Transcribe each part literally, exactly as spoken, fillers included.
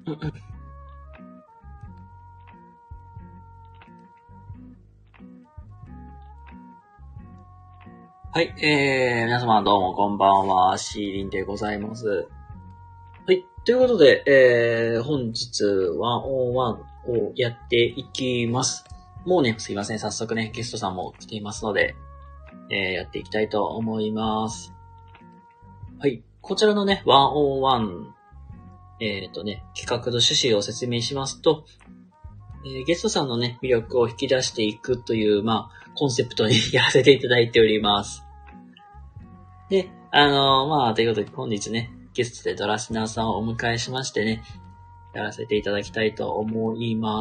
はい、えー、皆様どうもこんばんは、シーリンでございます。はい、ということで、えー、本日ワンオンワンをやっていきます。もうね、すいません、早速ね、ゲストさんも来ていますので、えー、やっていきたいと思います。はい、こちらのね、ワンオンワン、えっとね、企画の趣旨を説明しますと、えー、ゲストさんのね、魅力を引き出していくという、まあ、コンセプトにやらせていただいております。で、あのー、まあ、ということで本日ね、ゲストでドラシナーさんをお迎えしましてね、やらせていただきたいと思います。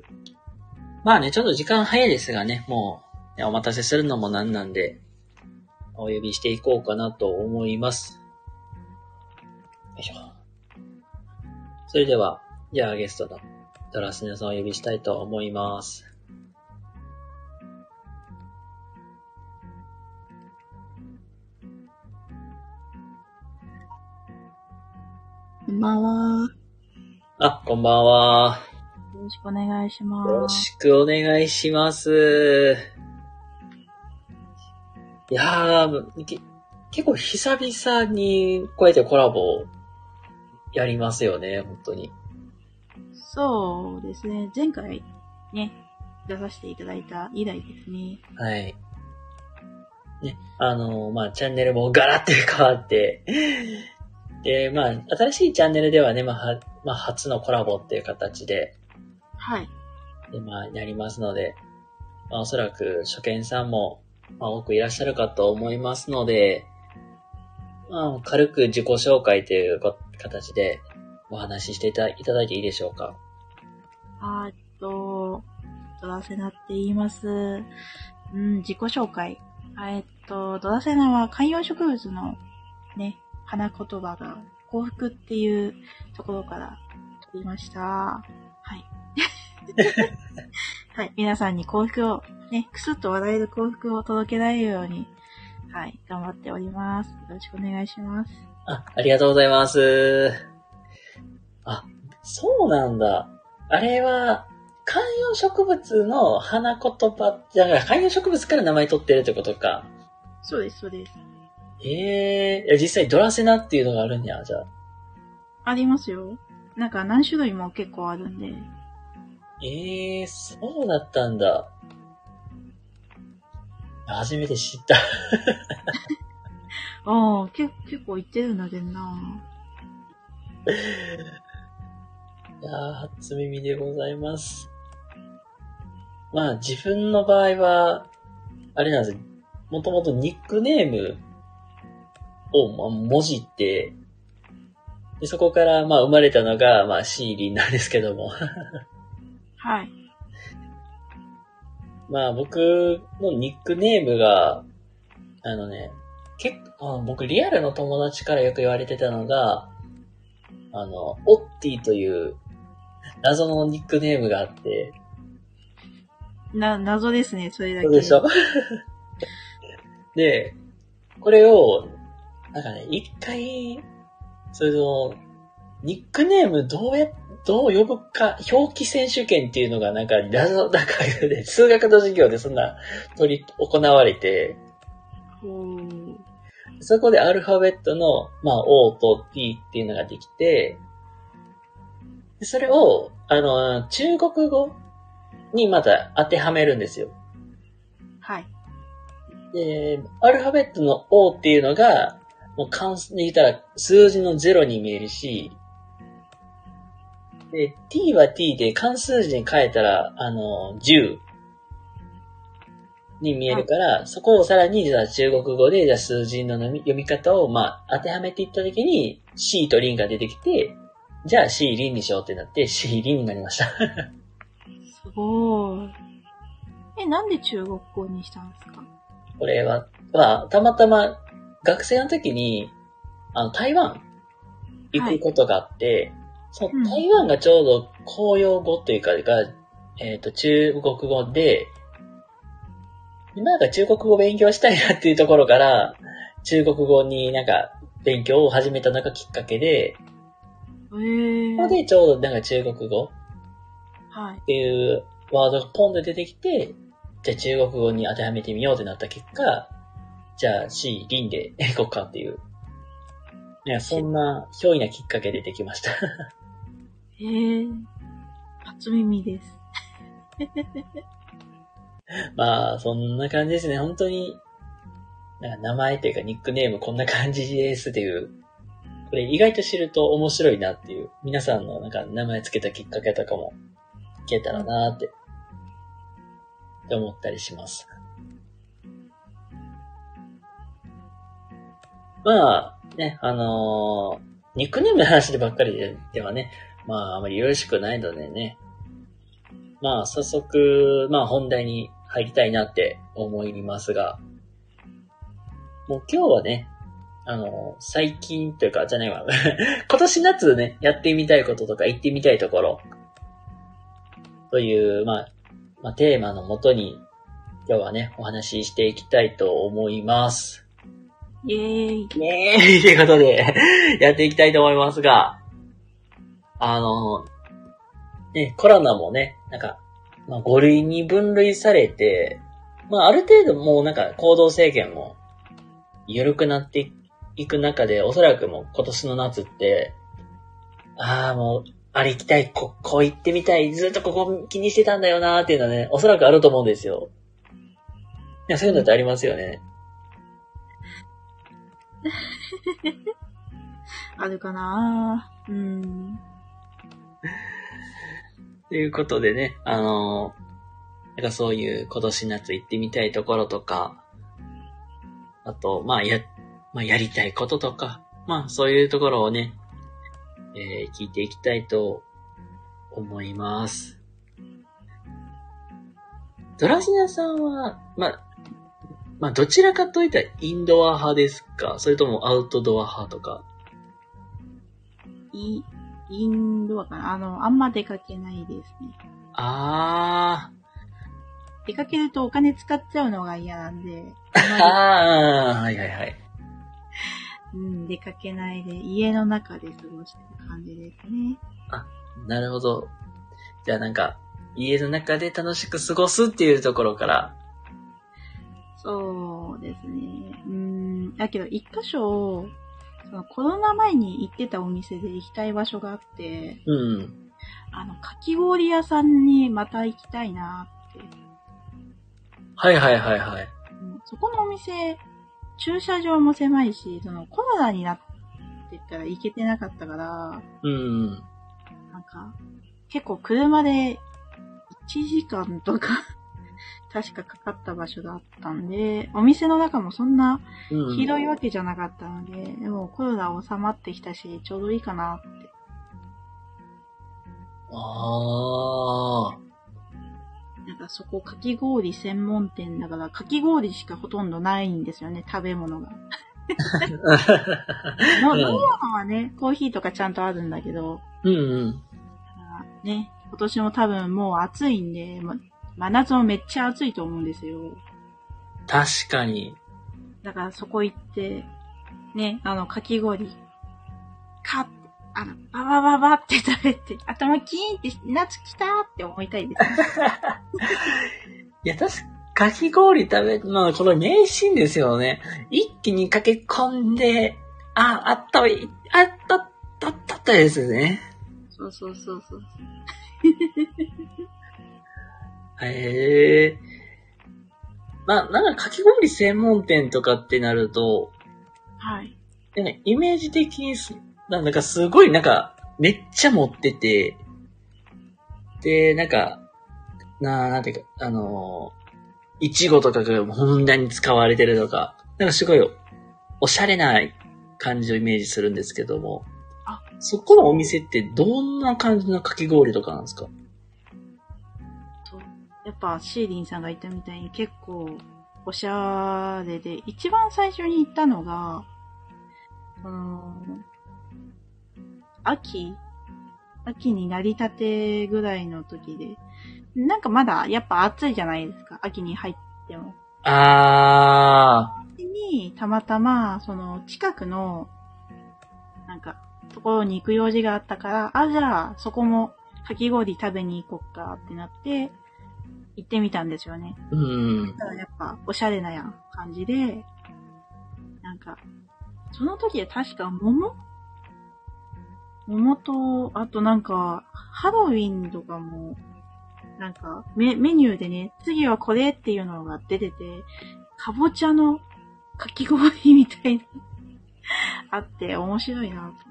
まあね、ちょっと時間早いですがね、もう、ね、お待たせするのもなんなんで、お呼びしていこうかなと思います。よいしょ。それでは、じゃあゲストのドラシナーさんをお呼びしたいと思います。 こんばんは。 あ、こんばんは。 よろしくお願いします。 よろしくお願いします。いやー、け結構久々にこうやってコラボやりますよね、本当に。 そうですね。前回ね、出させていただいた以来ですね。 はい。ね、あのー、まあ、チャンネルもガラッと変わって、で、まあ、新しいチャンネルではね、まあ、はまあ、初のコラボっていう形で、 はい。 で、まあ、やりますので、まあ、おそらく初見さんも、まあ、多くいらっしゃるかと思いますので、まあ、軽く自己紹介という形でお話ししていただいていいでしょうか。 あーっと、ドラセナって言います。うん、自己紹介。えっと、ドラセナは観葉植物のね、花言葉が幸福っていうところから取りました。はい。はい。皆さんに幸福を、ね、くすっと笑える幸福を届けられるように、はい。頑張っております。よろしくお願いします。 あ、ありがとうございます。あ、そうなんだ。あれは、観葉植物の花言葉、じゃあ観葉植物から名前取ってるってことか。 そうです、そうです。 ええー、実際ドラセナっていうのがあるんや、じゃあ。 ありますよ。なんか何種類も結構あるんで。 ええー、そうだったんだ。初めて知った。 ああ、け結構言ってるんだけどな。 いやー、初耳でございます。まあ、自分の場合は、あれなんですよ。もともとニックネームを、まあ、文字って、でそこから、まあ、生まれたのが、まあ、シーリンなんですけども。 はい。 まあ、僕のニックネームが、あのね、結構、あ僕、リアルの友達からよく言われてたのが、あの、オッティという謎のニックネームがあって。 な、謎ですね、それだけ。 そうでしょで、これを、なんかね、一回、それの、ニックネームどうや、どう呼ぶか、表記選手権っていうのがなんか、謎、なんかね、数学の授業でそんな、取り、行われて、 ほー。 そこでアルファベットの、まあ、O と T っていうのができて、それを、あの、中国語にまた当てはめるんですよ。 はい。 で、アルファベットの O っていうのが、もう関数に言ったら数字のゼロに見えるし、で、t は t で関数字に変えたら、あの、じゅうに見えるから、はい、そこをさらに、じゃあ中国語で、じゃあ数字の読み方を、まあ、当てはめていったときに、C とリンが出てきて、じゃあ C リンにしようってなって、C リンになりました。 すごーい。え、なんで中国語にしたんですか？ これは、まあ、たまたま、学生の時に、あの、台湾行くことがあって、はい、その台湾がちょうど公用語というかが、えっと、中国語で、なんか中国語勉強したいなっていうところから、中国語になんか勉強を始めたのがきっかけで、 えー。 ここでちょうどなんか中国語はい。 っていうワードがポンと出てきて、じゃあ中国語に当てはめてみようってなった結果、じゃあ C、リンでいこうかっていう。いや、そんな、ひょいなきっかけでできました。 へえー。初耳です。 まあ、そんな感じですね。本当に、なんか名前っていうかニックネームこんな感じですっていう。これ意外と知ると面白いなっていう。皆さんのなんか名前つけたきっかけとかも聞けたらなーって、って思ったりします。まあ、ね、あのー、ニックネームの話でばっかりでではね、まあ、あまりよろしくないのでね。まあ、早速、まあ、本題に入りたいなって思いますが、もう今日はね、あの、最近というか、じゃないわ。今年夏ね、やってみたいこととか行ってみたいところ、という、まあ、まあ、テーマのもとに、今日はね、お話ししていきたいと思います。 イェーイ。 イェーイということで、やっていきたいと思いますが、あの、ね、コロナもね、なんか、まあ、ご類に分類されて、まあ、ある程度もうなんか行動制限も緩くなっていく中で、おそらくもう今年の夏って、ああ、もう、あれ行きたい、こ、こう行ってみたい、ずっとここ気にしてたんだよなーっていうのはね、おそらくあると思うんですよ。いや、そういうのってありますよね。 あるかなぁ。うん。 ということでね、あのー、なんかそういう今年夏行ってみたいところとか、あと、まあや、まあやりたいこととか、まあそういうところをね、えー、聞いていきたいと思います。ドラシナさんは、まあ、まあどちらかといったらインドア派ですか？それともアウトドア派とか？ イ、インドアかな。あの、あんま出かけないですね。 あー。出かけるとお金使っちゃうのが嫌なんで。 ああ、はいはいはい。 うん、出かけないで家の中で過ごしてる感じですね。 あ、なるほど。じゃあなんか、家の中で楽しく過ごすっていうところから。 そうですね。うん、だけど一箇所、そのコロナ前に行ってたお店で行きたい場所があって、 うん。 あの、かき氷屋さんにまた行きたいなって。 はいはいはいはい。 うん、そこのお店、駐車場も狭いし、そのコロナになってたら行けてなかったから、 うん。 なんか、結構車でいちじかんとか確かかかった場所だったんで、お店の中もそんな広いわけじゃなかったので、うん、でもコロナ収まってきたし、ちょうどいいかなって。 ああ。 なんかそこかき氷専門店だから、かき氷しかほとんどないんですよね、食べ物が。飲み物はね、コーヒーとかちゃんとあるんだけど、 うんうん。 ね、今年も多分もう暑いんで、ま、真夏もめっちゃ暑いと思うんですよ。 確かに。 だからそこ行って、ね、あの、かき氷、か、あの、ババババって食べて、頭キーンって夏来たーって思いたいです、ね。 いや、確かかき氷食べるのはこの名シーンですよね。一気に駆け込んで、あ、あったわ、あった、あったあったですね。 そうそうそうそう。 へえ。まあ、なんかかき氷専門店とかってなると、 はい。 なんかイメージ的にす、なんかすごいなんか、めっちゃ持ってて、で、なんか、ななんていうか、あのー、いちごとかがふんだんに使われてるとか、なんかすごいおしゃれな感じをイメージするんですけども、あ、そこのお店ってどんな感じのかき氷とかなんですか？ やっぱシーリンさんが言ったみたいに結構おしゃれで、一番最初に行ったのが、うーん、秋秋になりたてぐらいの時で、なんかまだやっぱ暑いじゃないですか、秋に入っても。 あー。 にたまたまその近くのなんかところに行く用事があったから、あ、じゃあ、そこもかき氷食べに行こっかってなって、行ってみたんですよね。 うん。 ただやっぱ、おしゃれなや感じで、なんか、その時は確か桃桃と、あとなんか、ハロウィンとかも、なんかメ、メニューでね、次はこれっていうのが出てて、かぼちゃのかき氷みたいな、あって面白いなと思って。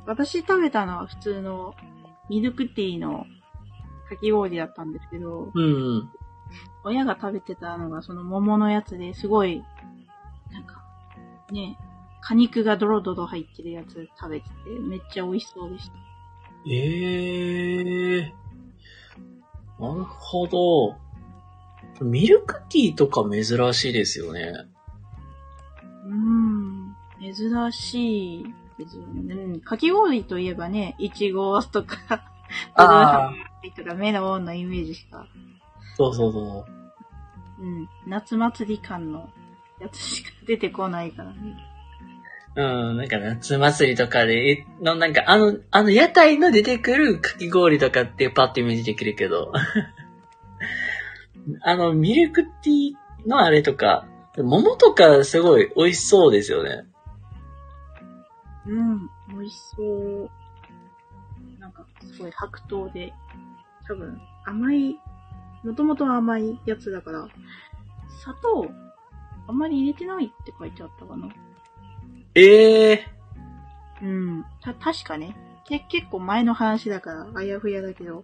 私食べたのは普通のミルクティーのかき氷だったんですけど、 うん。 親が食べてたのがその桃のやつですごい、なんか、ね、果肉がドロドロ入ってるやつ食べてて、めっちゃ美味しそうでした。 ええー。なるほど。ミルクティーとか珍しいですよね。 うーん、珍しいですよね。うん、かき氷といえばね、いちごとか、ブルーとかメロンのイメージしか。 そうそうそう。 うん、夏祭り感のやつしか出てこないからね。 うん、なんか夏祭りとかで、のなんかあの、あの屋台の出てくるかき氷とかってパッとイメージできるけど、あのミルクティーのあれとか、桃とかすごい美味しそうですよね。 うん、美味しそう。なんかすごい白桃で、多分甘い、もともと甘いやつだから、砂糖あんまり入れてないって書いてあったかな。 ええー。うん。た、確かね。け、結構前の話だから、あやふやだけど。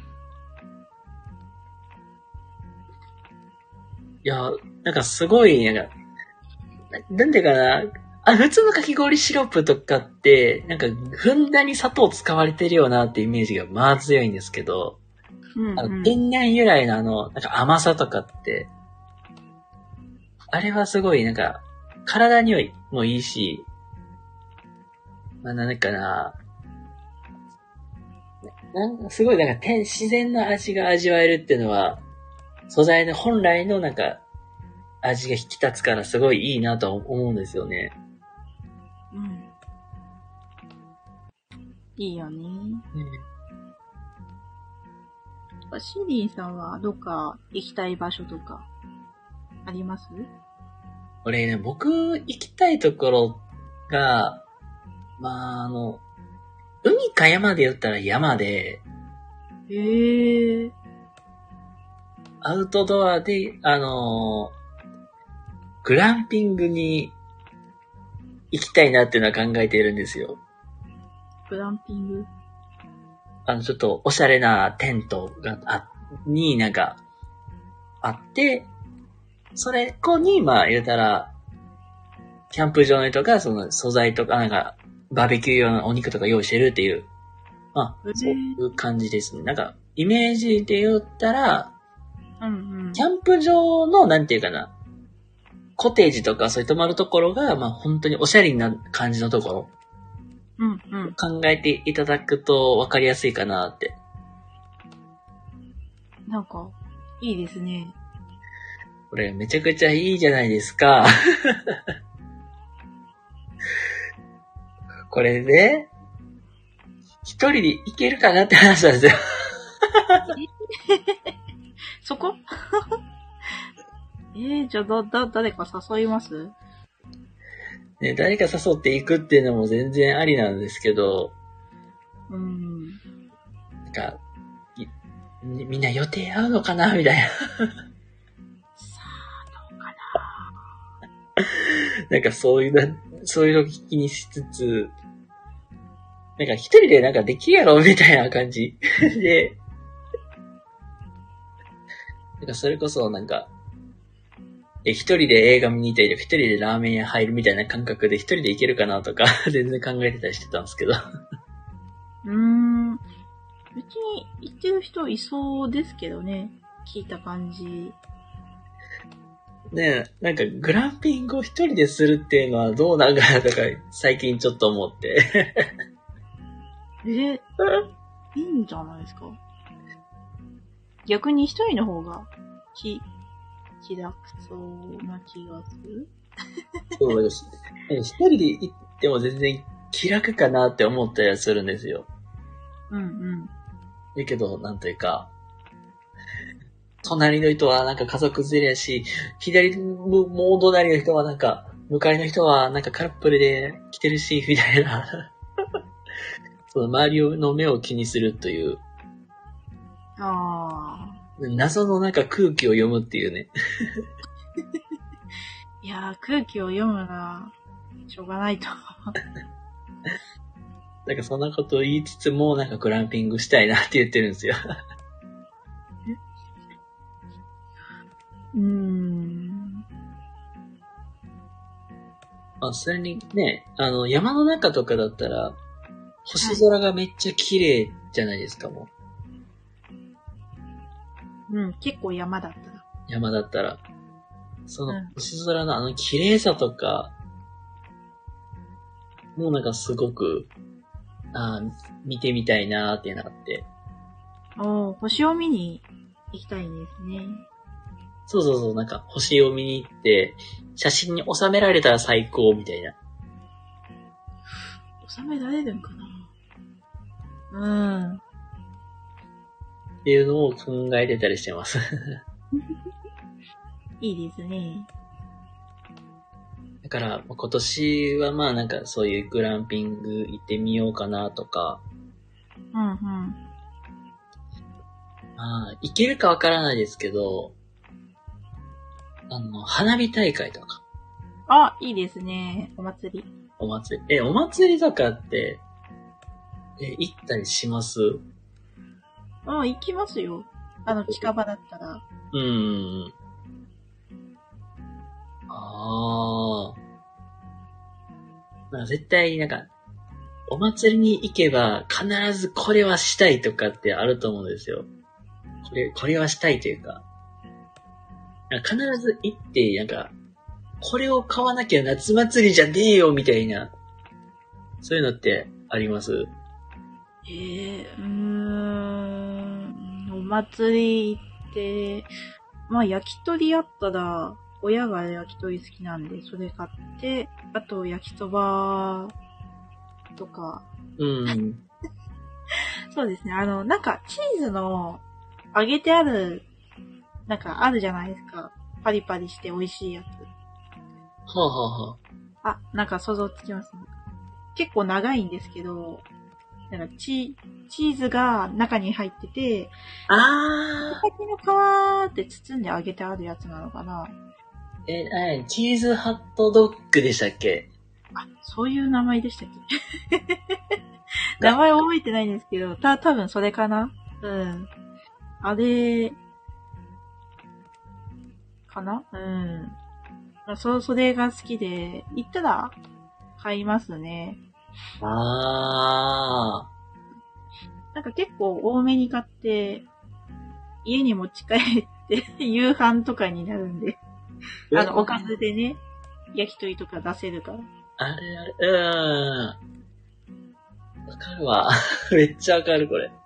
いや、なんかすごい、なんか、な、なんていうかな、あ、普通のかき氷シロップとかって、なんか、ふんだんに砂糖使われてるよなってイメージがまあ強いんですけど、 うん、 あの、 うん。 天然由来のあの、なんか甘さとかって、あれはすごい、なんか、体にはもいいし、まあ、なんかな、なんかすごいなんか天、自然の味が味わえるっていうのは、素材の本来のなんか、味が引き立つからすごいいいなと思うんですよね。 うん。いいよね。 ねシーリンさんはどっか行きたい場所とかあります？ これね、僕行きたいところが、まあ、あの、海か山で言ったら山で、 へー。 アウトドアで、あのグランピングに行きたいなっていうのは考えているんですよ。 グランピング？ あの、ちょっとおしゃれなテントがあ、になんか、あって、それこに、まあ言うたら、キャンプ場の人がその素材とか、なんか、バーベキュー用のお肉とか用意してるっていう、まあ、そういう感じですね。なんか、イメージで言ったら、 うんうん。 キャンプ場の、なんていうかな、コテージとかそういう泊まるところが、まあ本当におしゃれな感じのところ、 うんうん。 考えていただくと分かりやすいかなって。 なんか、いいですね。 これめちゃくちゃいいじゃないですか。これね、一人で行けるかなって話なんですよ。 そこえー、じゃあ、だ、だ、誰か誘います？ ね、誰か誘っていくっていうのも全然ありなんですけど、 うん。 なんか、みんな予定合うのかなみたいな。 さあ、どうかな。 なんかそういうな、そういうの気にしつつ、なんか一人でなんかできるやろみたいな感じで、なんかそれこそなんか、え、一人で映画見に行ったり、一人でラーメン屋入るみたいな感覚で一人で行けるかなとか、全然考えてたりしてたんですけど。 うーん。うちに行ってる人いそうですけどね。聞いた感じ。 ねえ、なんかグランピングを一人でするっていうのはどうなんかなとか、最近ちょっと思って。 え、いいんじゃないですか？逆に一人の方が、気、気楽そうな気がする。 そうです。一人で行っても全然気楽かなって思ったりはするんですよ。 うんうん。 だけど、なんというか、隣の人はなんか家族連れやし、左、もう隣の人はなんか、向かいの人はなんかカップルで来てるし、みたいな。その周りの目を気にするという。 ああ。 謎のなんか空気を読むっていうね。 いやー、空気を読むな。しょうがないと。 なんかそんなことを言いつつも、なんかグランピングしたいなって言ってるんですよ。 うーん。 あ、それにね、あの、山の中とかだったら、星空がめっちゃ綺麗じゃないですか、もう。うん、結構山だったら。 山だったら。そのうん星空のあの綺麗さとか、もうなんかすごく、あ見てみたいなーっていうのがあって。 おー、星を見に行きたいんですね。 そうそうそう、なんか星を見に行って、写真に収められたら最高みたいな。 収められるんかな。うん。 っていうのを考えてたりしてます。 いいですね。 だから、今年はまあなんかそういうグランピング行ってみようかなとか。 うんうん。 まあ、行けるかわからないですけど、あの、花火大会とか。 あ、いいですね。お祭り。 お祭り。え、お祭りとかって、え、行ったりします？ あ、行きますよ。あの、近場だったら。 うーん。ああ。まあ絶対なんか、お祭りに行けば必ずこれはしたいとかってあると思うんですよ。これ、これはしたいというか。なんか必ず行って、なんか、これを買わなきゃ夏祭りじゃねえよみたいな。そういうのってあります？ えー、うーん。お祭り行って、まあ焼き鳥あったら、親が焼き鳥好きなんで、それ買って、あと焼きそばとか。 うん。 そうですね。あの、なんかチーズの揚げてある、なんかあるじゃないですか。パリパリして美味しいやつ。 はあ、はあはあ、 あ、なんか想像つきますね。結構長いんですけど、なんかチ、チーズが中に入ってて、 あ先の皮って包んで揚げてあるやつなのかな。 ー。え、え、チーズハットドッグでしたっけ？ あ、そういう名前でしたっけ名前覚えてないんですけど、た、多分それかな。うん。あれ、かな。うん。まあ、そ、それが好きで、行ったら買いますね。 あなんか結構多めに買って、家に持ち帰って夕飯とかになるんで、 ー。 あの、おかずでね、焼き鳥とか出せるから。 あれあれ、うーん。わかるわ。めっちゃわかる、これ。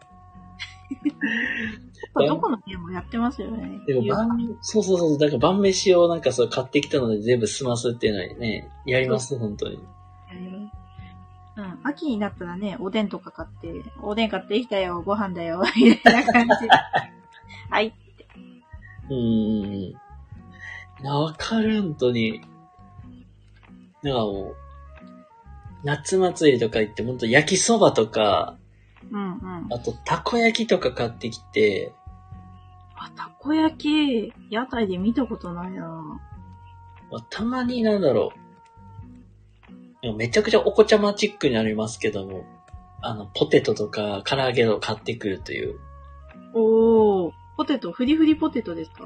どこの家もやってますよね。 でも晩、そうそうそう、だから晩飯をなんかそう買ってきたので全部済ますっていうのはね、やります、本当に。 やります。うん。秋になったらね、おでんとか買って、おでん買ってきたよ、ご飯だよ、みたいな感じで。はい。 うーん。いや、わかる、本当に。なんかもう、夏祭りとか行って本当焼きそばとか、 うんうん。 あとたこ焼きとか買ってきて、 あ、たこ焼き、屋台で見たことないな。 たまになんだろう。めちゃくちゃお子ちゃまチックになりますけども、あの、ポテトとか唐揚げを買ってくるという。 おー、ポテト、フリフリポテトですか？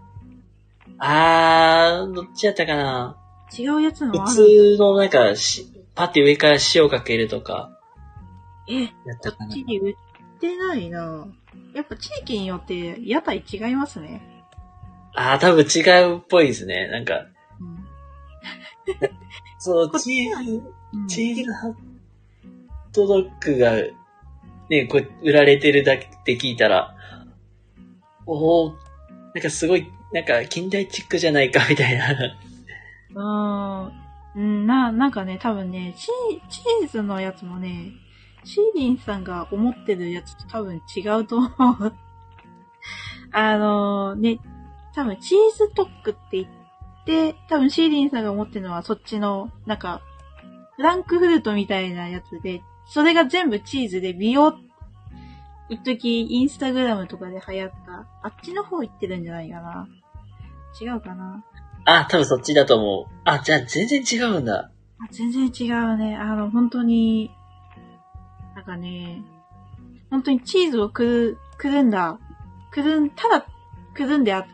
あー、どっちやったかな。 違うやつのある？ 普通のなんかし、パって上から塩かけるとか。 え、 やったかな。 こっちに売ってないな。やっぱ地域によって屋台違いますね。 あー、多分違うっぽいですね。なんか、 うん、 そう、チーズ、 うん、 チーズハットドッグが、ね、こう、売られてるだけって聞いたら、おー、なんかすごい、なんか近代チックじゃないか、みたいな。 うーん。 うん、な、なんかね、多分ね、チー、チーズのやつもね、シーリンさんが思ってるやつと多分違うと思う。あのー、ね、多分チーズトックって言って、多分シーリンさんが思ってるのはそっちの、なんか、フランクフルトみたいなやつで、それが全部チーズで美容、一時インスタグラムとかで流行った、あっちの方行ってるんじゃないかな。違うかな。 あ、多分そっちだと思う。あ、じゃあ全然違うんだ。 あ、全然違うね。あの、本当に、なんかね、本当にチーズをくる、くるんだ、くるん、ただくるんであって、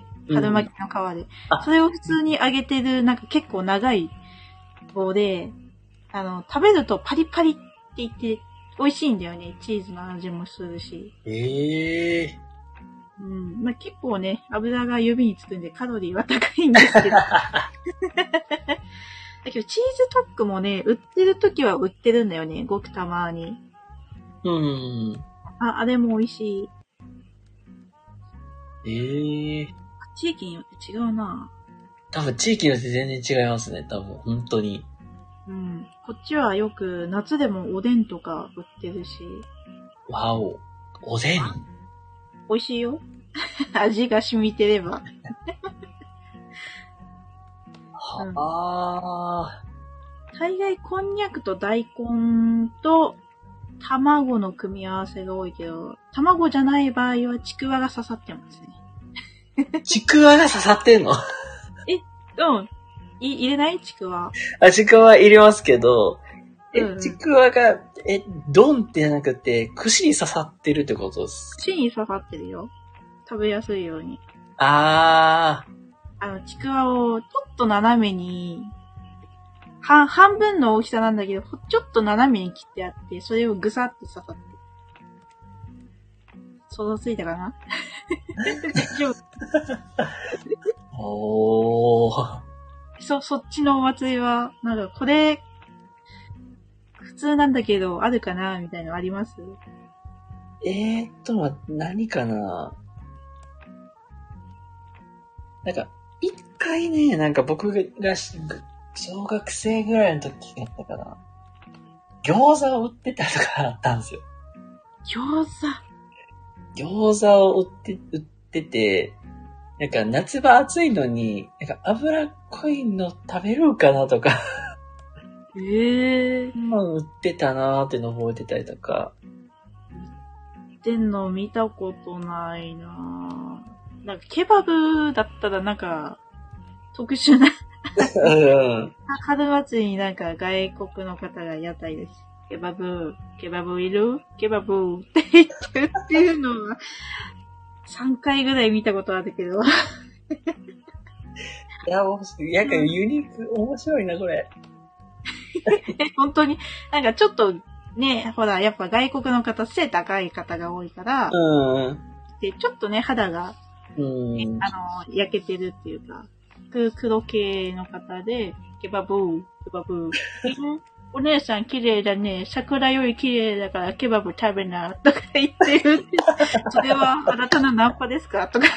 春巻きの皮で、うん。それを普通に揚げてる、なんか結構長い棒で、あの、食べるとパリパリって言って美味しいんだよね。チーズの味もするし。 ええー。 うん。まあ、結構ね、油が指につくんでカロリーは高いんですけど。だけど、チーズトックもね、売ってる時は売ってるんだよね。ごくたまに。 うん。 あ、あれも美味しい。 ええー。 地域によって違うな。 多分地域によって全然違いますね。多分、本当に。 うん。こっちはよく夏でもおでんとか売ってるし。 わお。おでん美味しいよ。味が染みてれば。 は、うん、あー。大概こんにゃくと大根と卵の組み合わせが多いけど、卵じゃない場合はちくわが刺さってますね。 ちくわが刺さってんの？ え、うん。い、入れないちくわ。 あ、ちくわ入れますけど、え、 うん、 ちくわが、え、ドンってじゃなくて、串に刺さってるってことです。 串に刺さってるよ。食べやすいように。 あー。 あの、ちくわをちょっと斜めに、半、半分の大きさなんだけど、ちょっと斜めに切ってあって、それをぐさっと刺さって。想像ついたかな？大丈夫。 おー。 そ、そっちのお祭りは、なんかこれ、普通なんだけど、あるかなみたいなのあります？ えーっと、何かななんか、一回ね、なんか僕が小学生ぐらいの時だったかな。餃子を売ってたとかあったんですよ。 餃子餃子を売って、売ってて、なんか夏場暑いのに、なんか脂っこいの食べるかなとか。 ええー。 まあ売ってたなーっての覚えてたりとか。 売ってんの見たことないなぁ。なんかケバブだったらなんか、特殊な。うん。春祭りになんか外国の方が屋台です。ケバブ、ケバブいる？ケバブって言ってるっていうのは、さんかいぐらい見たことあるけど。 いや、もう、なんかユニーク、面白いな、これ。 本当に、なんかちょっと、ね、ほら、やっぱ外国の方、背高い方が多いから、 うん。 で、ちょっとね、肌が、 うん、 あの、焼けてるっていうか、黒系の方で、ケバブー、ケバブー。お姉さん綺麗だね。桜より綺麗だからケバブ食べな。とか言ってる。それはあなたのナンパですかとか。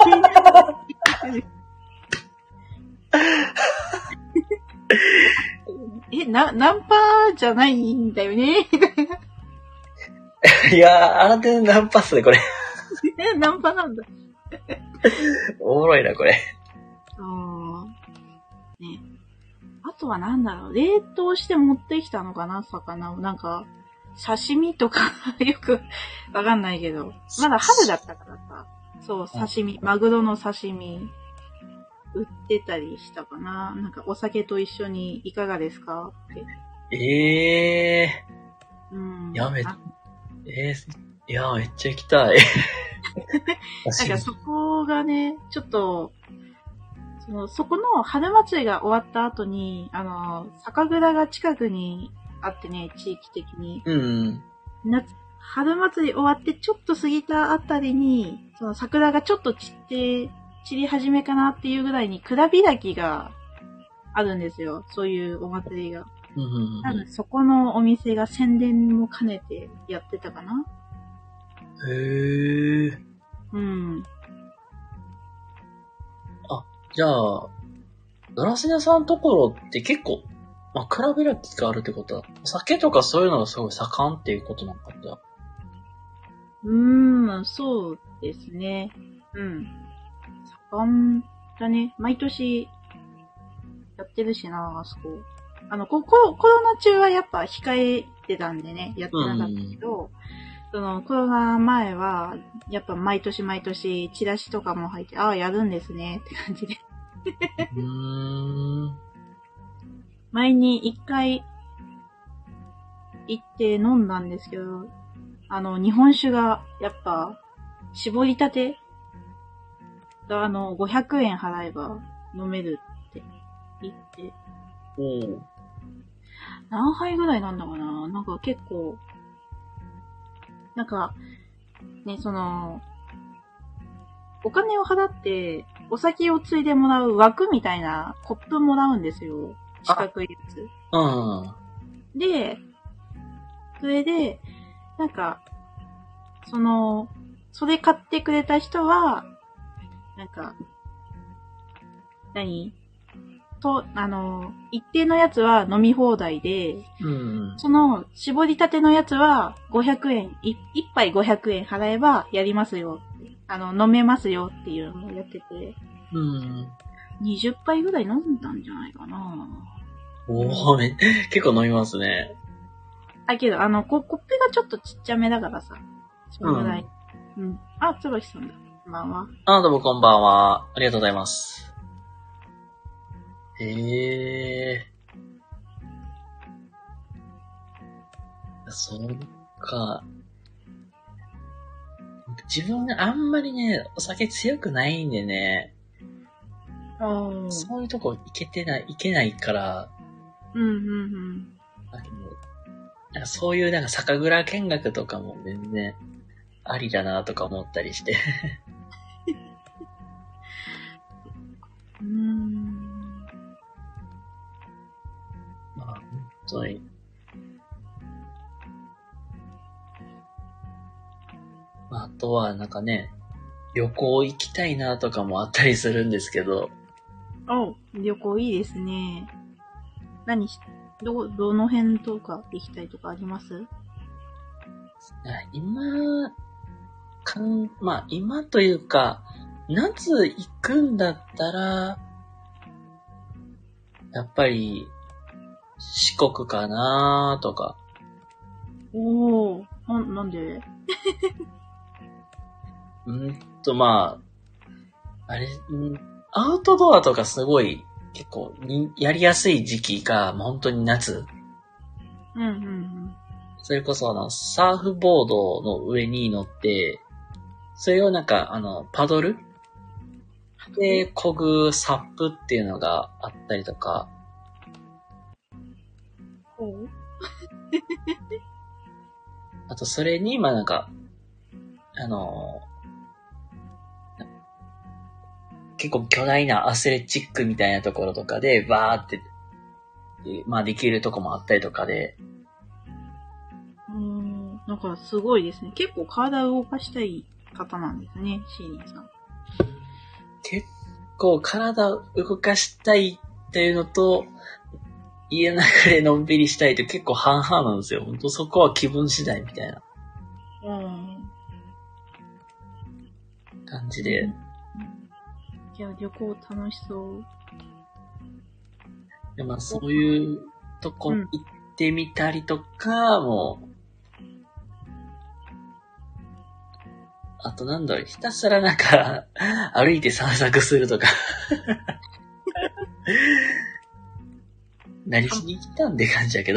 え、な、ナンパじゃないんだよねみたいな。 いやー、あなたのナンパっすね、これ。 え、ナンパなんだ。 おもろいな、これ。 そう。ね。あとはなんだろう、冷凍して持ってきたのかな、魚を。なんか、刺身とか、よくわかんないけど。まだ春だったからさ。そう、刺身、マグロの刺身、売ってたりしたかな。なんか、お酒と一緒にいかがですかって。 ええー。 うん。 やめ、えー、いや、めっちゃ行きたい。 なんかそこがね、ちょっと、その、そこの春祭りが終わった後に、あの、酒蔵が近くにあってね、地域的に。 うん。 夏、春祭り終わってちょっと過ぎたあたりに、その桜がちょっと散って、散り始めかなっていうぐらいに、蔵開きがあるんですよ。そういうお祭りが。 うん。 多分そこのお店が宣伝も兼ねてやってたかな。 へー。 うん。 あ、じゃあ、 ドラセナさんのところって結構、まあ、比べる機会あるってことは、酒とかそういうのがすごい盛んっていうことなのかな。 うーん、そうですね。うん。盛んだね。毎年やってるしな、あそこ。あの、こ、ココロナ中はやっぱ控えてたんでね、やってなかったけど、そのコロナ前は、やっぱ毎年毎年チラシとかも入って、ああ、やるんですね、って感じで。 うーん。 前に一回行って飲んだんですけど、あの、日本酒が、やっぱ、絞りたてが、あの、ごひゃくえん払えば飲めるって言って、 おう。 何杯ぐらいなんだかな、なんか結構、なんか、ね、その、お金を払って、お酒をついでもらう枠みたいなコップもらうんですよ。四角いやつ。 うん。 で、それで、なんか、その、それ買ってくれた人は、なんか、何と、あの、一定のやつは飲み放題で、 うん。 その、絞りたてのやつはごひゃくえん、い一杯ごひゃくえん払えばやりますよって。あの、飲めますよっていうのをやってて、 うん。 にじゅっぱいぐらい飲んだんじゃないかな。 おー、め、結構飲みますね。 だけど、あの、ココップがちょっとちっちゃめだからさ、そのぐらい。うん。うん、あ、つばきさんだ。こんばんは。 あ、どうもこんばんは。ありがとうございます。へえ。そっか。自分あんまりね、お酒強くないんでね。 ああ。 そういうとこ行けてない、行けないから。 うんうんうん。 だけどなんかそういうなんか酒蔵見学とかも全然ありだなとか思ったりして。 うーん。 まあ、本当に。まあ、あとはなんかね、旅行行きたいなとかもあったりするんですけど。 お、旅行いいですね。何し、ど、どの辺とか行きたいとかあります？ 今、かん、まあ今というか、夏行くんだったら、やっぱり四国かなとか。 おー、な、なんで？ うんと、まあ、あれ、んアウトドアとかすごい結構にやりやすい時期が、まあ、本当に夏。 うんうんうん。 それこそあの、サーフボードの上に乗って、それをなんか、あの、パドルで漕ぐサップっていうのがあったりとか。 ほうあと、それに、まあなんか、あの、結構巨大なアスレチックみたいなところとかで、バーって、まあできるとこもあったりとかで。 うーん、なんかすごいですね。結構体を動かしたい方なんですね、シーリンさん。 結構体を動かしたいっていうのと、家の中でのんびりしたいと結構半々なんですよ。ほんとそこは気分次第みたいなうん。 感じで。 いや、旅行楽しそう。 でまあそういうとこ行ってみたりとか、もう、あとなんだろう、ひたすらなんか、歩いて散策するとか。何しに来たんって感じだけど。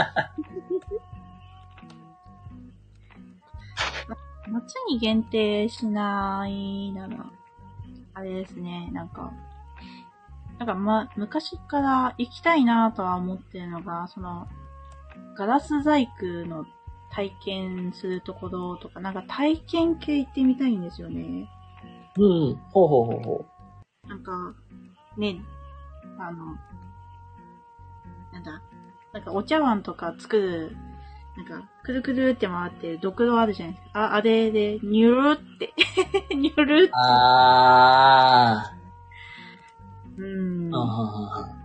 夏に限定しないなら、あれですね、なんか、なんかま、昔から行きたいなとは思ってるのが、その、ガラス細工の体験するところとか、なんか体験系行ってみたいんですよね。 うん、ほうほうほうほう。なんか、ね、あの、なんだ、なんかお茶碗とか作る、なんか、くるくるって回ってるドクロあるじゃないですか。あ、あれで、ニュルって、ニュルって。 あー。うん。 ははは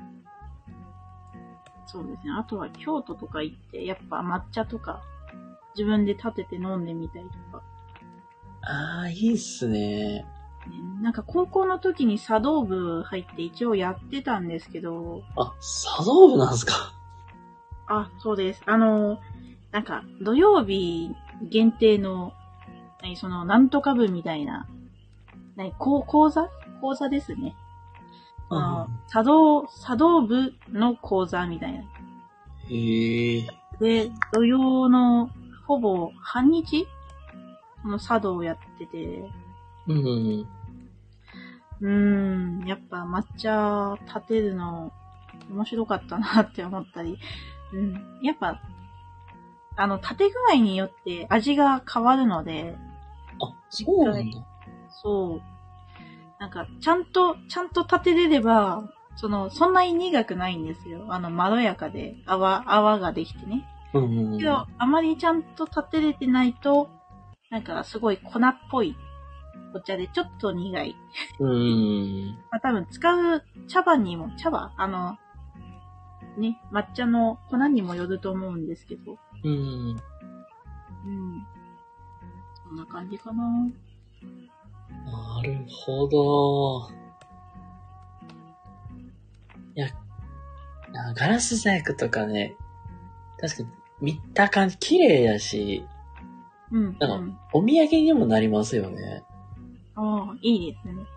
そうですね。あとは京都とか行って、やっぱ抹茶とか、自分で立てて飲んでみたりとか。 ああ、いいっすね。 ね、なんか高校の時に茶道部入って一応やってたんですけど。 あ、茶道部なんすか？ あ、そうです。あの、なんか土曜日限定の、何そのなんとか部みたいな、何講講座講座ですね。あの、茶道、茶道部の講座みたいな。 へえ。 で、土曜のほぼ半日その茶道をやってて。 うんうんうん。 うーん、やっぱ抹茶立てるの面白かったなって思ったり。うん。やっぱ、あの、立て具合によって味が変わるので。 あ、そうなんだ。 そう。なんか、ちゃんと、ちゃんと立てれれば、その、そんなに苦くないんですよ。あの、まろやかで、泡、泡ができてね。 うんうんうん。 けど、あまりちゃんと立てれてないと、なんか、すごい粉っぽいお茶でちょっと苦い。 うーん。 まあ、多分、使う茶葉にも、茶葉あの、ね、抹茶の粉にもよると思うんですけど。 うん。うん。 そんな感じかな。 なるほど。いや、ガラス細工とかね、確かに見た感じ綺麗やし、 うん、 なんか、お土産にもなりますよね。 ああ、いいですね。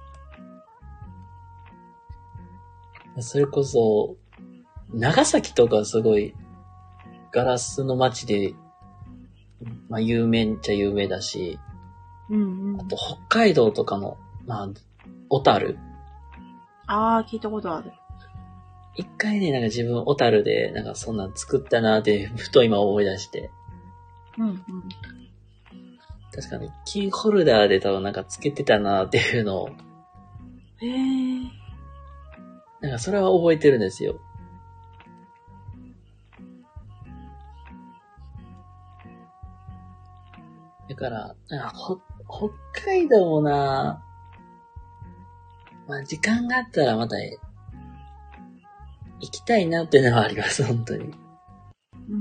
それこそ、長崎とかすごい、ガラスの街で、まあ有名っちゃ有名だし、 うんうん。 あと北海道とかの、まあ、小樽。 ああ、聞いたことある。 一回ね、なんか自分小樽で、なんかそんなん作ったなーって、ふと今思い出して。 うんうん。 確かに、キーホルダーで多分なんかつけてたなーっていうのを、 へえ。 なんかそれは覚えてるんですよ。だから、なんかほ北海道もな、まあ時間があったらまた行きたいなっていうのはあります、本当に。 うん。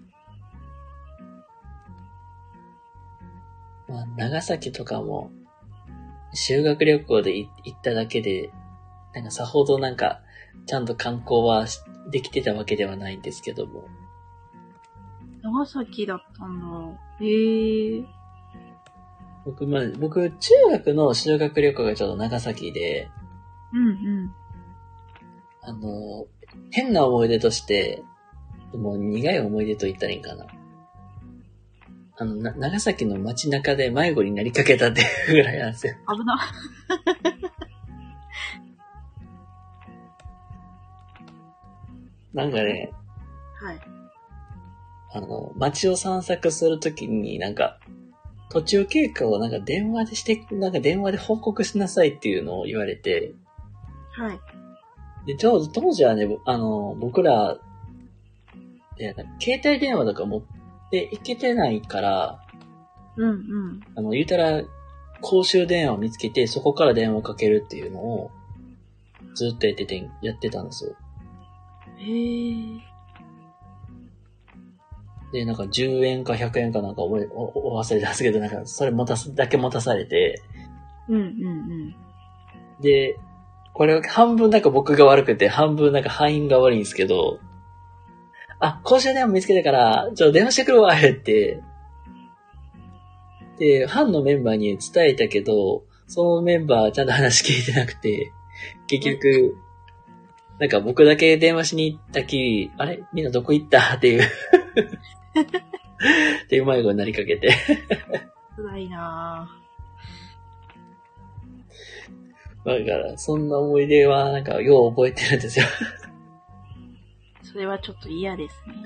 まあ長崎とかも、修学旅行で行っただけで、なんかさほどなんか、ちゃんと観光はできてたわけではないんですけども。 長崎だったんだ。へえ。 僕、まあ、僕、中学の修学旅行がちょっと長崎で、 うんうん。 あの、変な思い出として、もう苦い思い出と言ったらいいかな。あの、な長崎の街中で迷子になりかけたっていうぐらいなんですよ。 危な。 なんかね、 はい。 あの、街を散策するときになんか、途中経過をなんか電話でして、なんか電話で報告しなさいっていうのを言われて、 はい。 で、ちょうど当時はね、あの、僕ら、え携帯電話とか持っていけてないから、 うんうん。 あの、言うたら、公衆電話を見つけて、そこから電話をかけるっていうのを、ずっとやってて、やってたんですよ。 へえ。 で、なんかじゅうえんかひゃくえんかなんかおおお忘れたんですけど、なんかそれ持たす、だけ持たされて、 うんうんうん。 で、これ半分なんか僕が悪くて、半分なんか敗因が悪いんですけど、あ、公衆電話見つけたから、ちょっと電話してくるわ、って。で、ファンのメンバーに伝えたけど、そのメンバーはちゃんと話聞いてなくて、結局、なんか僕だけ電話しに行ったきり、あれみんなどこ行ったっていう。っていう迷子になりかけて。 辛いなぁ。だから、そんな思い出は、なんか、よう覚えてるんですよ。 それはちょっと嫌ですね。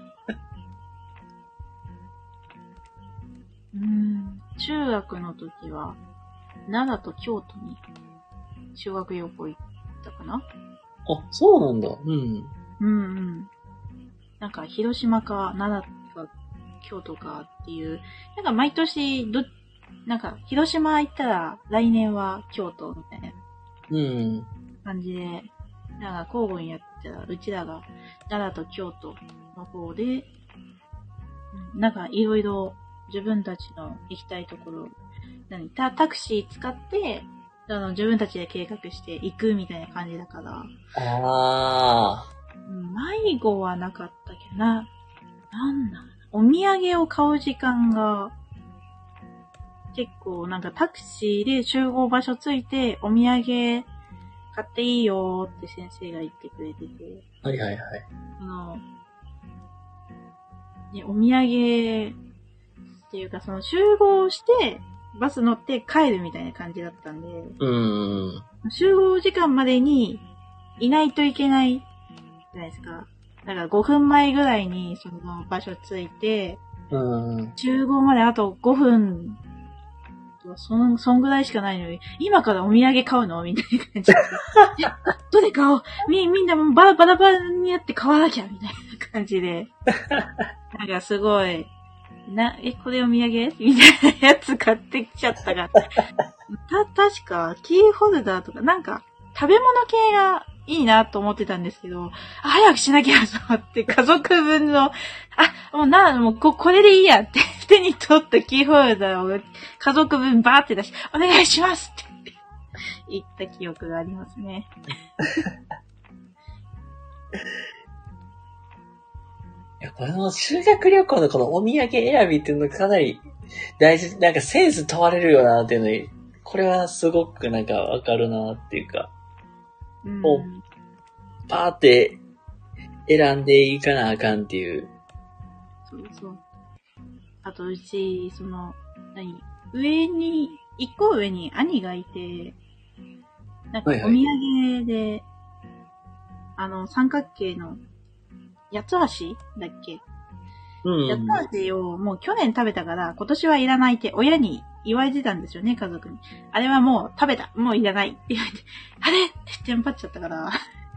うーん。中学の時は、奈良と京都に修学旅行行ったかな？ あ、そうなんだ。うん。 うんうん。なんか、広島か奈良か京都かっていう、なんか毎年、ど、なんか、広島行ったら来年は京都みたいなうん。 感じでなんか交互にやってたら、うちらが奈良と京都の方で、なんかいろいろ自分たちの行きたいところ、何タ、タクシー使って、あの自分たちで計画して行くみたいな感じだから。 あー。迷子はなかったけどな。なんだ。お土産を買う時間が、結構なんかタクシーで集合場所ついて、お土産買っていいよって先生が言ってくれてて。 はいはいはい。 あの、ね、お土産っていうかその集合してバス乗って帰るみたいな感じだったんで、 うーん。 集合時間までにいないといけないじゃないですか。だからごふんまえぐらいにその場所ついて、 うーん。 集合まであとごふんそん、そんぐらいしかないのに、今からお土産買うのみたいな感じで。いや、どれ買おうみ、みんなもバラバラバラにやって買わなきゃみたいな感じで。なんかすごい、な、え、これお土産みたいなやつ買ってきちゃったが。た、確か、キーホルダーとか、なんか、食べ物系がいいなと思ってたんですけど、あ早くしなきゃと思って、家族分の、あ、もうな、もうこ、これでいいやって、手に取ったキーホルダーを家族分バーって出し、お願いしますって言った記憶がありますね。 いや、この修学旅行のこのお土産選びっていうのがかなり大事、なんかセンス問われるよなっていうのに、これはすごくなんかわかるなっていうか、 うん、 もう、パーって選んでいかなあかんっていう。 そうそう。あとうち、その、何上に、一個上に兄がいて、なんかお土産で、はいはい、あの、三角形の、八つ橋だっけ、うん、八つ橋をもう去年食べたから今年はいらないって親に言われてたんですよね、家族に。あれはもう食べた、もういらないって言われて、あれってテンパっちゃったから。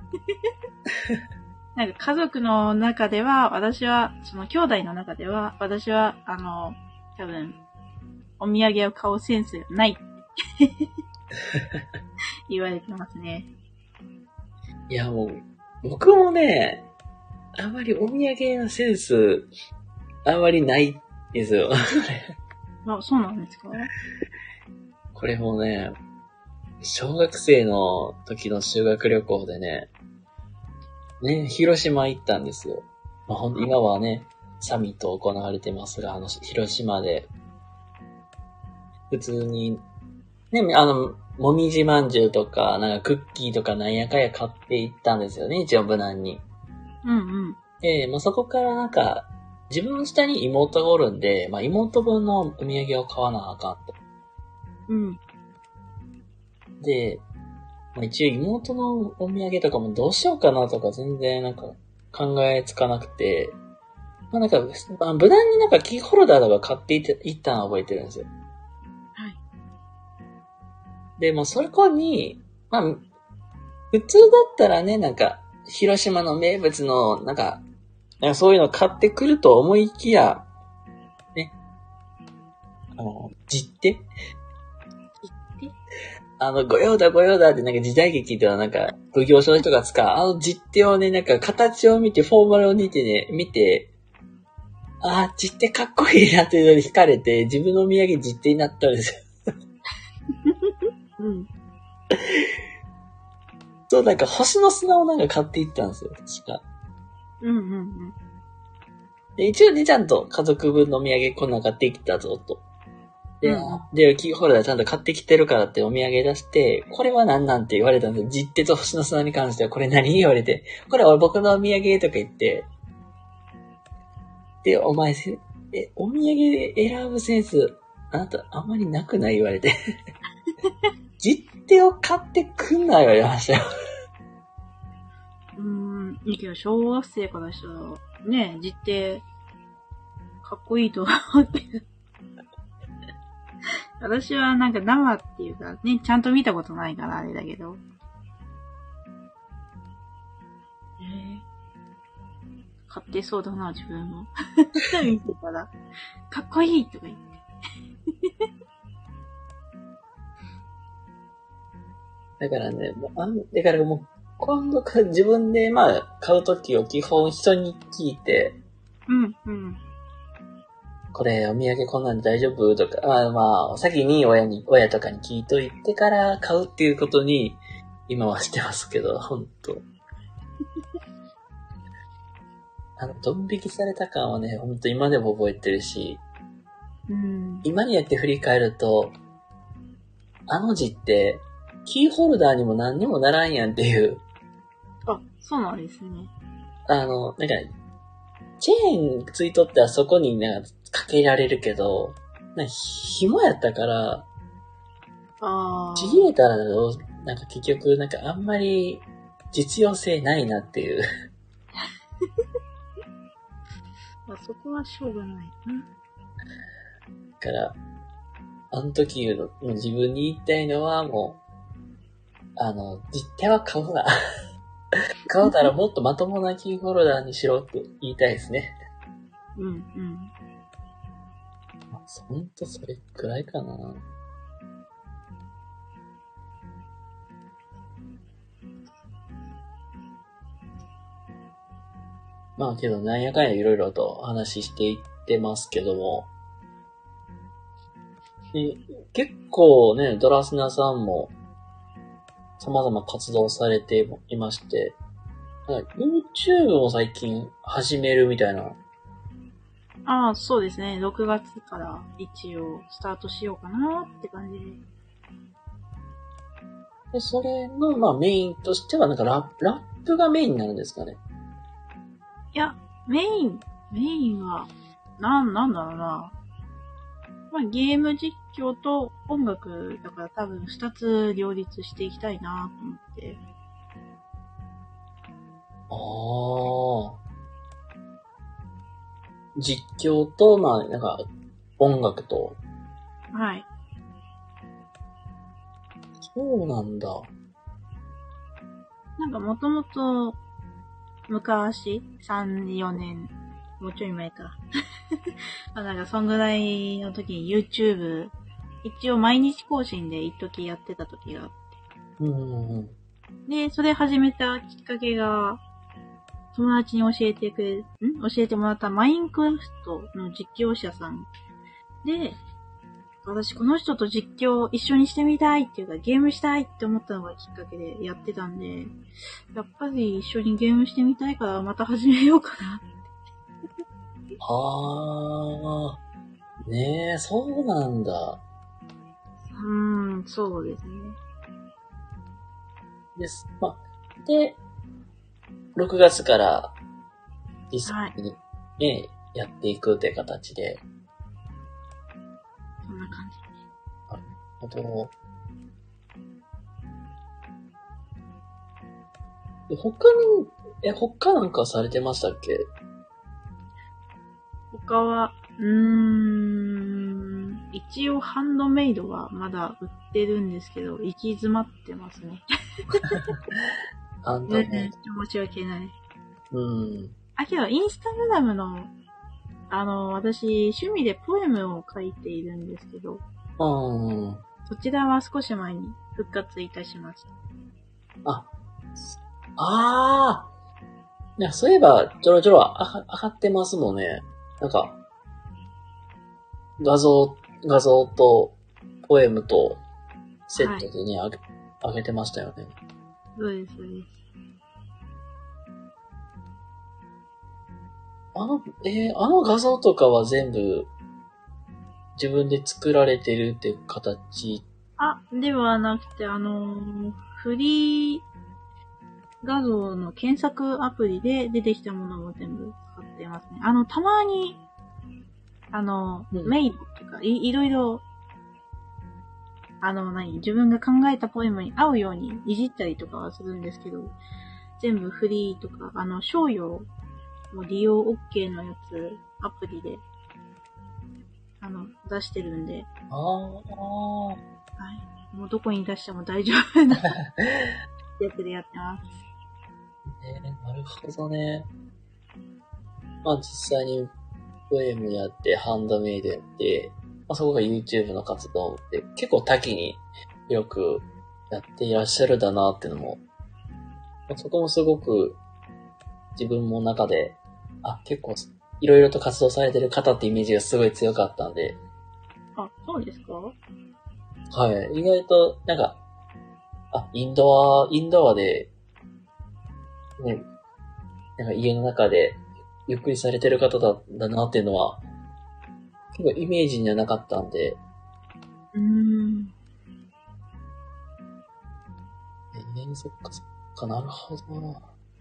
なんか家族の中では、私は、その兄弟の中では、私は、あの、多分、お土産を買うセンスがないって言われてますね。 いやもう、僕もね、あんまりお土産のセンス、あんまりないですよ。 あ、そうなんですか？ これもね、小学生の時の修学旅行でね、ね、広島行ったんですよ。まあ、ほん今はね、サミット行われてますが、あの、広島で、普通に、ね、あの、もみじまんじゅうとか、なんかクッキーとかなんやかや買って行ったんですよね、一応無難に。 うんうん。 で、まあ、そこからなんか、自分の下に妹がおるんで、まあ、妹分のお土産を買わなあかんと。 うん。 で、まあ、一応妹のお土産とかもどうしようかなとか全然なんか考えつかなくて、まあなんか、まあ、無難になんかキーホルダーとか買っていっていったのを覚えてるんですよ。 はい。 で、もうそれこに、まあ、普通だったらね、なんか、広島の名物の、なんか、なんかそういうの買ってくると思いきや、ね、あの、実手あの、御用だ御用だってなんか時代劇ではなんか、奉行所の人が使う、あの実手をね、なんか形を見て、フォーマルを見てね、見て、ああ、実手かっこいいなっていうのに惹かれて、自分のお土産実手になったんですよ。 うん。 そう、なんか星の砂をなんか買っていったんですよ、確か。 うんうんうん。 で、一応ね、ちゃんと家族分のお土産こんなん買ってきたぞ、と。で、うん、で、キーホルダーちゃんと買ってきてるからってお土産出して、これは何なんて言われたんですよ。実手と星の砂に関してはこれ何言われて、これは僕のお土産とか言って、で、お前、え、お土産で選ぶセンス、あなたあんまりなくない言われて。実手を買ってくんなよ、言われましたよ。 うーん、いいけど、小学生からしたら、ね、実手、かっこいいと思ってる。私はなんか生っていうか、ね、ちゃんと見たことないからあれだけど。えー、買ってそうだな、自分も。見てたら、かっこいいとか言って。 だからね、もうあんだからもう、 今度から自分でまあ買うときを基本人に聞いて、 うんうん。 これお土産こんなんで大丈夫とか、あまあ先に親に、親とかに聞いといてから買うっていうことに今はしてますけど、ほんと。あの、ドン引きされた感はね、ほんと今でも覚えてるし、 うん。 今にやって振り返ると、あの字って、キーホルダーにも何にもならんやんっていう。 あ、そうなんですね。 あの、なんか、チェーンついとってはそこになんかかけられるけど、なんか紐やったから、 ああ。 ちぎれたら、なんか結局、なんかあんまり実用性ないなっていう。 まあ、そこはしょうがないな。 だから、あの時の自分に言いたいのはもう、あの、実手は買うな。買うならもっとまともなキーホルダーにしろって言いたいですね。 うんうん。 まあ、ほんとそれくらいかな。まあけどなんやかんやいろいろと話していってますけども、で結構ね、ドラスナさんも様々活動されていまして、YouTube も最近始めるみたいな。 ああ、そうですね。ろくがつから一応スタートしようかなって感じで。 で、それの、まあメインとしては、なんかラップ、ラップがメインになるんですかね。 いや、メイン、メインは、なん、なんだろうな。まあ、ゲーム実況と音楽だから多分二つ両立していきたいなと思って。 ああ。実況と、まあ、なんか、音楽と。 はい。 そうなんだ。 なんかもともと、昔、さん、よねん、もうちょい前か。まあなんかそんぐらいの時に YouTube、一応毎日更新で一時やってた時があって。 うんうんうん。 で、それ始めたきっかけが、友達に教えてくれ、ん教えてもらったマインクラフトの実況者さんで、私この人と実況一緒にしてみたいっていうかゲームしたいって思ったのがきっかけでやってたんで、やっぱり一緒にゲームしてみたいからまた始めようかな。 あー。ねえ、そうなんだ。 うーん、そうですね。 です。まあ、で、ろくがつから実際にね、はい、やっていくって形で。 そんな感じ。 なるほど。で他に、え、他なんかされてましたっけ？ 他は、うーん、一応ハンドメイドはまだ売ってるんですけど、行き詰まってますね。 ハンドメイド。 申し訳ない。 うん。 あ、けど、インスタグラムの、あの、私、趣味でポエムを書いているんですけど、 うん。 そちらは少し前に復活いたしました。 あ、あー。いや、そういえば、ちょろちょろ上がってますもんね。なんか、画像、画像と、ポエムと、セットでね、はい、上げ、上げてましたよね。 そうです、そうです。 あの、えー、あの画像とかは全部、自分で作られてるって形？ あ、ではなくて、あのー、フリー画像の検索アプリで出てきたものを全部使ってますね。あの、たまに、あの、うん、メイドとかい、いろいろ、あの、何、自分が考えたポエムに合うようにいじったりとかはするんですけど、全部フリーとか、あの、商用も利用 OK のやつ、アプリで、あの、出してるんで。 ああ。 はい。もうどこに出しても大丈夫なやつでやってます。 えー、なるほどね。まあ実際にポエムやって、ハンドメイドやって、まあ、そこが YouTube の活動って結構多岐によくやっていらっしゃるだなっていうのもそこもすごく自分も中で、あ、結構いろいろと活動されてる方ってイメージがすごい強かったんで。 あ、そうですか？ はい。意外と、なんか、あ、インドア、インドアで、ね、なんか家の中でゆっくりされてる方だ、だなっていうのは、結構イメージにはなかったんで。 うーん。 えー、そっかそっか、なるほどな。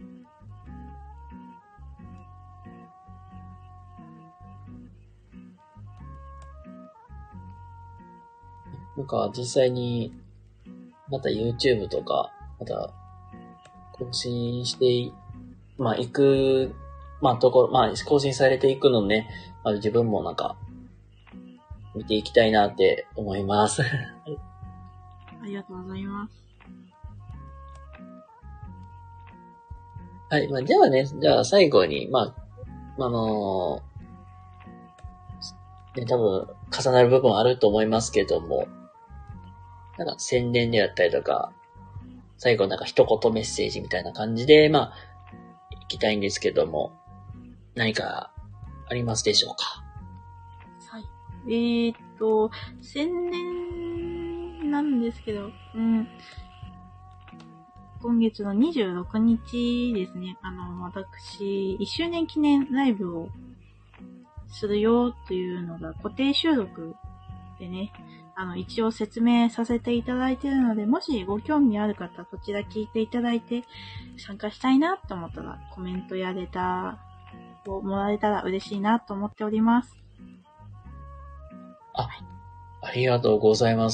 なんか実際に、また YouTube とか、また更新して、まあ行く、まあところ、まあ更新されていくのね、まあ自分もなんか、見ていきたいなって思います。 ありがとうございます。 はい、まあではね、じゃあ最後に、まあ、あのー、ね、多分重なる部分あると思いますけども、なんか宣伝であったりとか、最後なんか一言メッセージみたいな感じで、まあ、いきたいんですけども、何かありますでしょうか？ はい。えーっと、宣伝なんですけど、うん。今月のにじゅうろくにちですね、あの、私、いっしゅうねん記念ライブをするよというのが固定収録でね、あの、一応説明させていただいているので、もしご興味ある方、こちら聞いていただいて、参加したいなと思ったら、コメントやレターをもらえたら嬉しいなと思っております。 あ、ありがとうございます。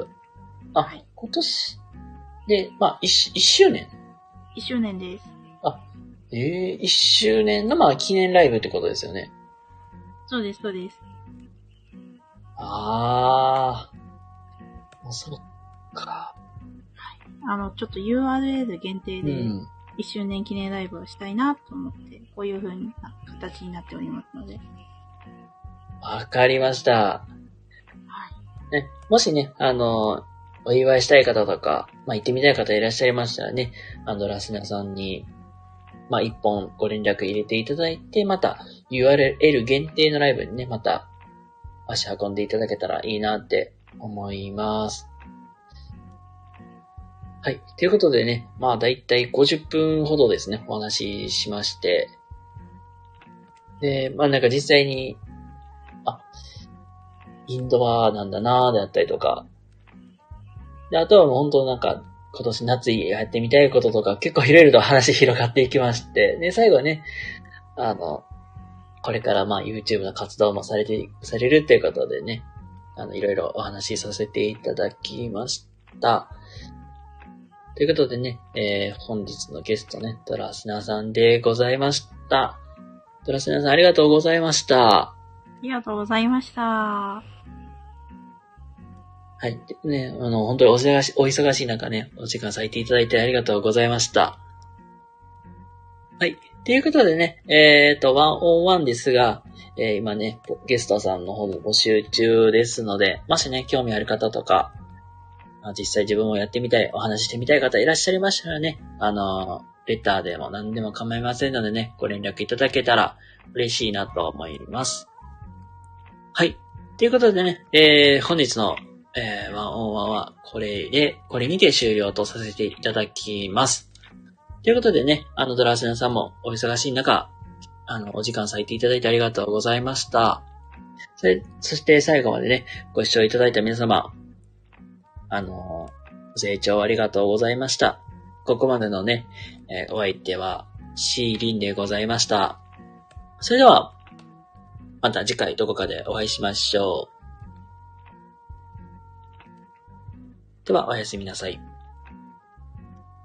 あ、はい、今年で、まあ、一、一周年 ? いっしゅうねんです。 あ、ええー、一周年の、まあ、記念ライブってことですよね。 そうです、そうです。 ああ、そっか。 あの、ちょっと ユーアールエル 限定で、 うん、 いっしゅうねん記念ライブをしたいなと思って、こういう風な形になっておりますので。 わかりました。 はい。 ね、もしね、あの、お祝いしたい方とか、まあ、行ってみたい方いらっしゃいましたらね、あの、ラスナさんに、まあ、一本ご連絡入れていただいて、また ユーアールエル 限定のライブにね、また足運んでいただけたらいいなって思います。はい。ということでね、まあだいたいごじゅっぷんほどですね、お話ししまして。で、まあなんか実際に、あ、インドアなんだなーであったりとか、で、あとはもう本当なんか、今年夏やってみたいこととか、結構いろいろと話広がっていきまして、で、最後はね、あの、これからまあ YouTube の活動もされて、されるっていうことでね、あの、いろいろお話しさせていただきました。ということでね、えー、本日のゲストね、ドラスナさんでございました。ドラスナさんありがとうございました。 ありがとうございました。はい。ね、あの、本当にお忙しい、お忙しい中ね、お時間割いていただいてありがとうございました。はい。ということでね、えっと、ワンオンワンですが、えー、今ね、ゲストさんの方も募集中ですので、もしね、興味ある方とか、実際自分もやってみたい、お話ししてみたい方いらっしゃいましたらね、あの、レターでも何でも構いませんのでね、ご連絡いただけたら嬉しいなと思います。はい。ということでね、えー、本日の、えー、ワンオンワンはこれで、これにて終了とさせていただきます。ということでね、あの、ドラーセナさんもお忙しい中、あの、お時間割いていただいてありがとうございました。それ、そして最後までね、ご視聴いただいた皆様、あの、ご清聴ありがとうございました。ここまでのね、えー、お相手はシーリンでございました。それでは、また次回どこかでお会いしましょう。では、おやすみなさい。